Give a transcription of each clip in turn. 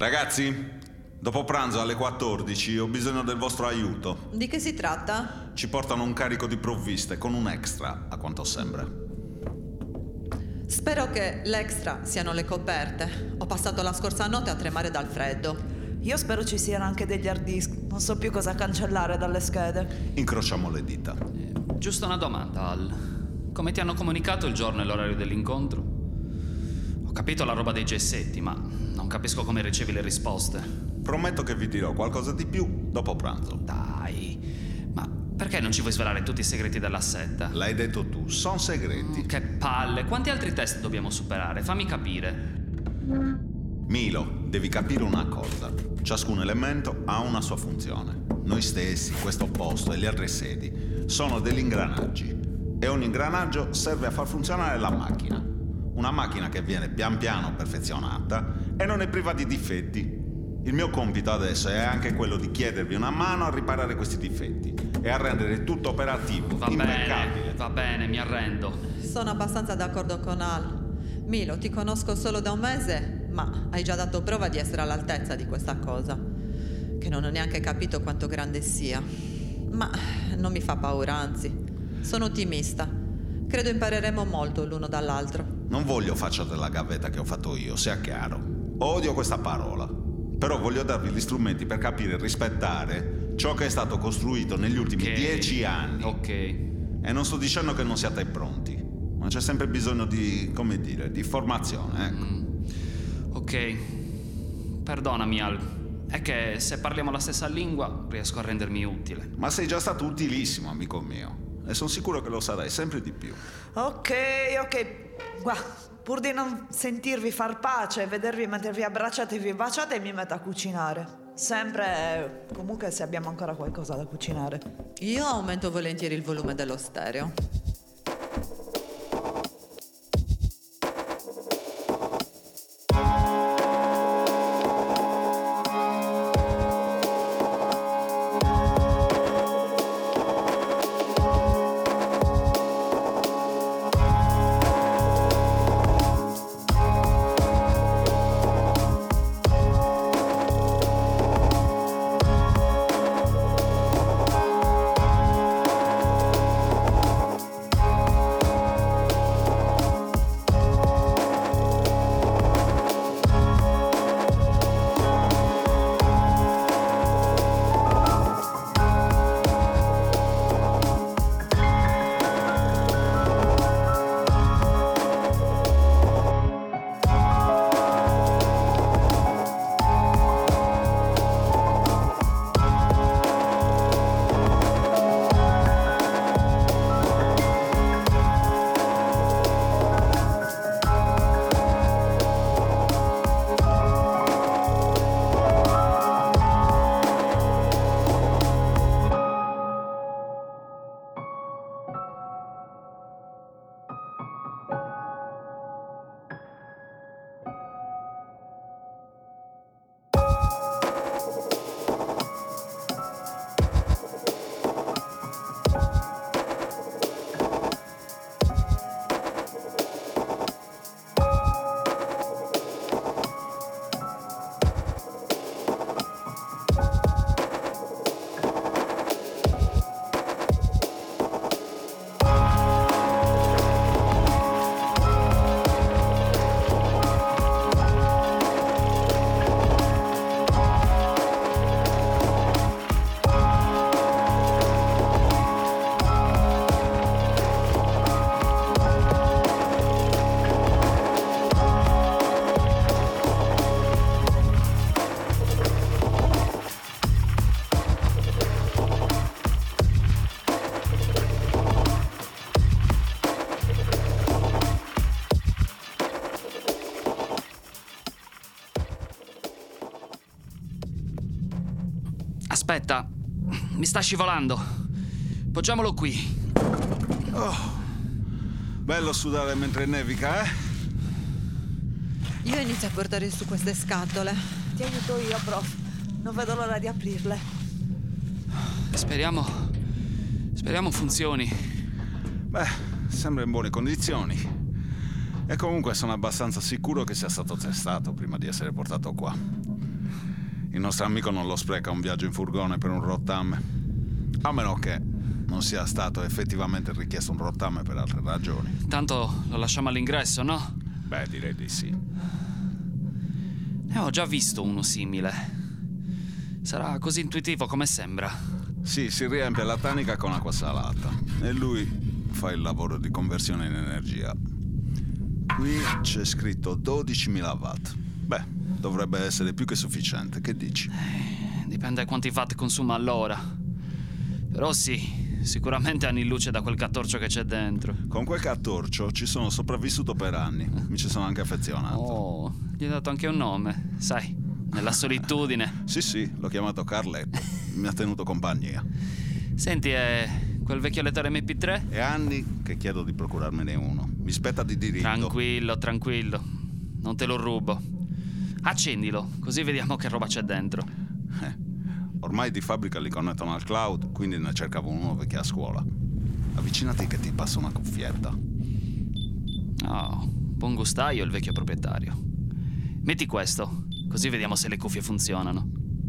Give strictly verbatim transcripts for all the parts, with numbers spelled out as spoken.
Ragazzi, dopo pranzo alle quattordici ho bisogno del vostro aiuto. Di che si tratta? Ci portano un carico di provviste con un extra, a quanto sembra. Spero che l'extra siano le coperte. Ho passato la scorsa notte a tremare dal freddo. Io spero ci siano anche degli hard disk. Non so più cosa cancellare dalle schede. Incrociamo le dita. Eh, giusto una domanda, Al. Come ti hanno comunicato il giorno e l'orario dell'incontro? Ho capito la roba dei gessetti, ma non capisco come ricevi le risposte. Prometto che vi dirò qualcosa di più dopo pranzo. Dai, ma perché non ci vuoi svelare tutti i segreti della setta? L'hai detto tu, sono segreti. Mm, che palle, quanti altri test dobbiamo superare? Fammi capire. Milo, devi capire una cosa. Ciascun elemento ha una sua funzione. Noi stessi, questo posto e le altre sedi sono degli ingranaggi. E ogni ingranaggio serve a far funzionare la macchina. Una macchina che viene pian piano perfezionata e non è priva di difetti. Il mio compito adesso è anche quello di chiedervi una mano a riparare questi difetti e a rendere tutto operativo, Va impeccabile. bene, va bene, mi arrendo. Sono abbastanza d'accordo con Al. Milo, ti conosco solo da un mese, ma hai già dato prova di essere all'altezza di questa cosa, che non ho neanche capito quanto grande sia. Ma non mi fa paura, anzi, sono ottimista. Credo impareremo molto l'uno dall'altro. Non voglio faccia della gavetta che ho fatto io, sia chiaro. Odio questa parola. Però voglio darvi gli strumenti per capire e rispettare ciò che è stato costruito negli ultimi Ok. dieci anni. Ok. E non sto dicendo che non siate pronti, ma c'è sempre bisogno di, come dire, di formazione, ecco. Mm. Ok. Perdonami, Al. È che se parliamo la stessa lingua riesco a rendermi utile. Ma sei già stato utilissimo, amico mio. E sono sicuro che lo sarai sempre di più. Ok, ok. Guarda, pur di non sentirvi far pace, vedervi mentre vi abbracciate e vi baciate, mi metto a cucinare. Sempre, comunque, se abbiamo ancora qualcosa da cucinare. Io aumento volentieri il volume dello stereo. Aspetta, mi sta scivolando. Poggiamolo qui. Oh, bello sudare mentre nevica, eh? Io inizio a portare su queste scatole. Ti aiuto io, prof. Non vedo l'ora di aprirle. Speriamo... Speriamo funzioni. Beh, sembra in buone condizioni. E comunque sono abbastanza sicuro che sia stato testato prima di essere portato qua. Il nostro amico non lo spreca un viaggio in furgone per un rottame. A meno che non sia stato effettivamente richiesto un rottame per altre ragioni. Tanto lo lasciamo all'ingresso, no? Beh, direi di sì. Ne ho già visto uno simile. Sarà così intuitivo come sembra. Sì, si riempie la tanica con acqua salata e lui fa il lavoro di conversione in energia. Qui c'è scritto dodicimila watt. Beh, dovrebbe essere più che sufficiente, che dici? Eh, dipende quanti watt consuma all'ora. Però sì, sicuramente anni luce da quel cattorcio che c'è dentro. Con quel cattorcio ci sono sopravvissuto per anni. Mi ci sono anche affezionato. Oh, gli hai dato anche un nome, sai, nella solitudine. Sì, sì, l'ho chiamato Carletto. Mi ha tenuto compagnia. Senti, è quel vecchio lettore emme pi tre? È anni che chiedo di procurarmene uno. Mi spetta di diritto. Tranquillo, tranquillo. Non te lo rubo. Accendilo, così vediamo che roba c'è dentro. Eh, ormai di fabbrica li connettono al cloud, quindi ne cercavo uno che è a scuola. Avvicinati che ti passa una cuffietta. Oh, buon gustaio il vecchio proprietario. Metti questo, così vediamo se le cuffie funzionano.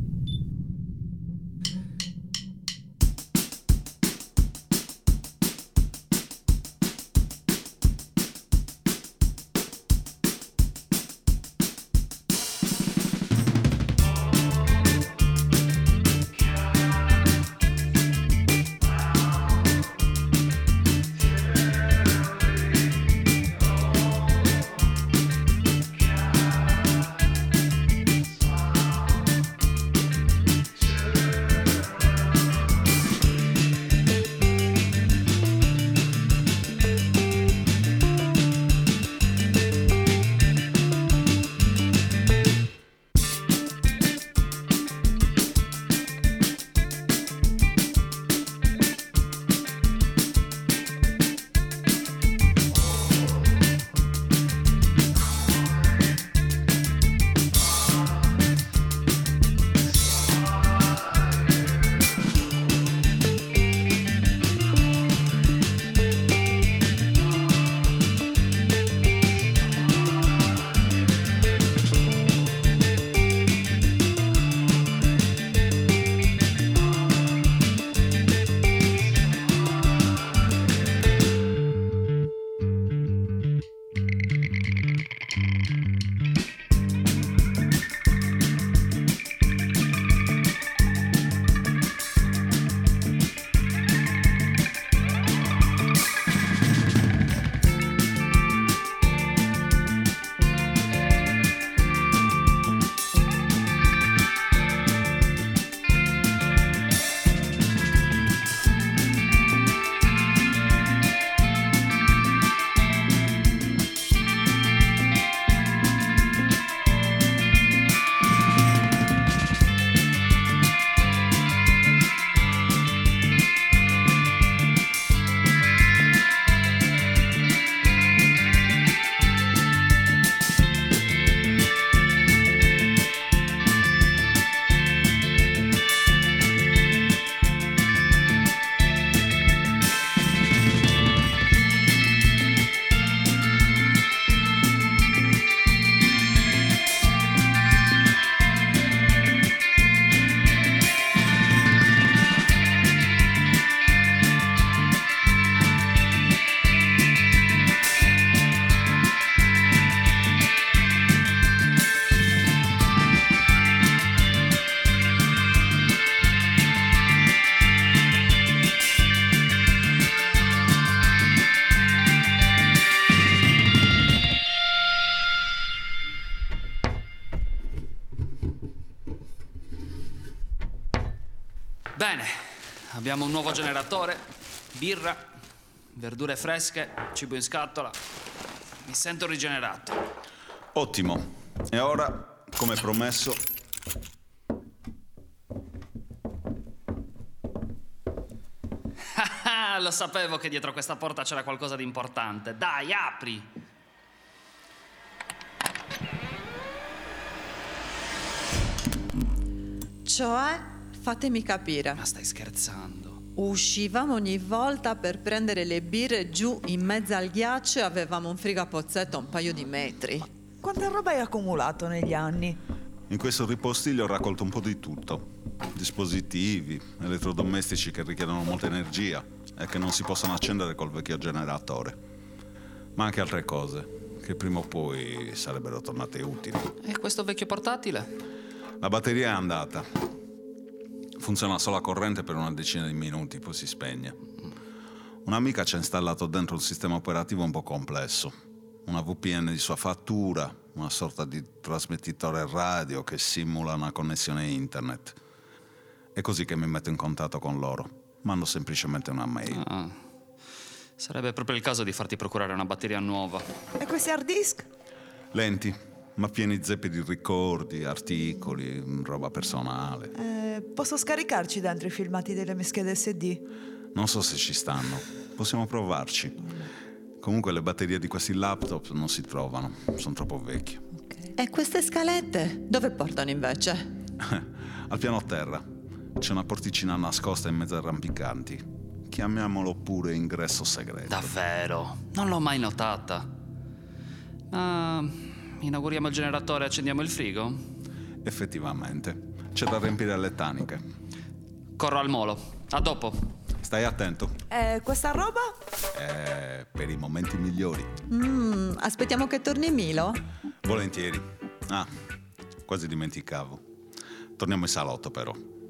Bene, abbiamo un nuovo generatore, birra, verdure fresche, cibo in scatola. Mi sento rigenerato. Ottimo. E ora, come promesso... Ah, lo sapevo che dietro questa porta c'era qualcosa di importante. Dai, apri! Cioè, fatemi capire. Ma stai scherzando? Uscivamo ogni volta per prendere le birre giù in mezzo al ghiaccio e avevamo un frigo a pozzetto a un paio di metri. Quanta roba hai accumulato negli anni? In questo ripostiglio ho raccolto un po' di tutto. Dispositivi, elettrodomestici che richiedono molta energia e che non si possono accendere col vecchio generatore. Ma anche altre cose che prima o poi sarebbero tornate utili. E questo vecchio portatile? La batteria è andata. Funziona solo a corrente per una decina di minuti, poi si spegne. Un'amica ci ha installato dentro un sistema operativo un po' complesso. Una V P N di sua fattura, una sorta di trasmettitore radio che simula una connessione internet. È così che mi metto in contatto con loro. Mando semplicemente una mail. Ah, sarebbe proprio il caso di farti procurare una batteria nuova. E questi hard disk? Lenti, ma pieni zeppi di ricordi, articoli, roba personale. Eh, posso scaricarci dentro i filmati delle mie schede S D? Non so se ci stanno. Possiamo provarci. Comunque le batterie di questi laptop non si trovano, sono troppo vecchie. Okay. E queste scalette dove portano invece? Al piano terra c'è una porticina nascosta in mezzo ai rampicanti. Chiamiamolo pure ingresso segreto. Davvero? Non l'ho mai notata. Ma inauguriamo il generatore e accendiamo il frigo? Effettivamente. C'è da riempire le taniche. Corro al molo. A dopo. Stai attento. E questa roba? Eh, per i momenti migliori. Mm, aspettiamo che torni Milo? Volentieri. Ah, quasi dimenticavo. Torniamo in salotto però.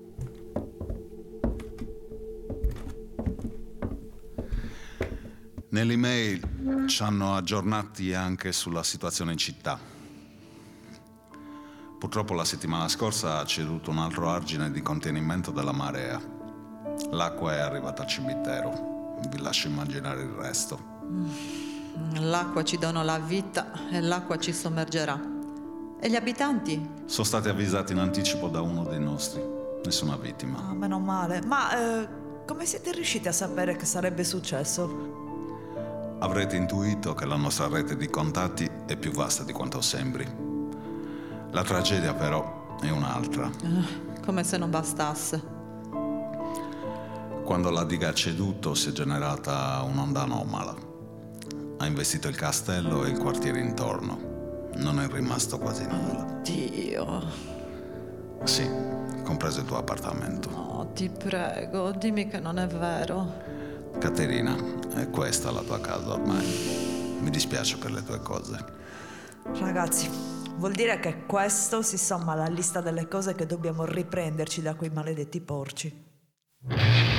Nell'email ci hanno aggiornati anche sulla situazione in città. Purtroppo la settimana scorsa ha ceduto un altro argine di contenimento della marea. L'acqua è arrivata al cimitero. Vi lascio immaginare il resto. L'acqua ci dona la vita e l'acqua ci sommergerà. E gli abitanti? Sono stati avvisati in anticipo da uno dei nostri. Nessuna vittima. Ah, meno male. Ma eh, come siete riusciti a sapere che sarebbe successo? Avrete intuito che la nostra rete di contatti è più vasta di quanto sembri. La tragedia però è un'altra. Uh, come se non bastasse. Quando la diga ha ceduto si è generata un'onda anomala. Ha investito il castello e il quartiere intorno. Non è rimasto quasi nulla. Dio. Sì, compreso il tuo appartamento. No, ti prego, dimmi che non è vero. Caterina, è questa la tua casa ormai. Mi dispiace per le tue cose. Ragazzi, vuol dire che questo si somma alla lista delle cose che dobbiamo riprenderci da quei maledetti porci.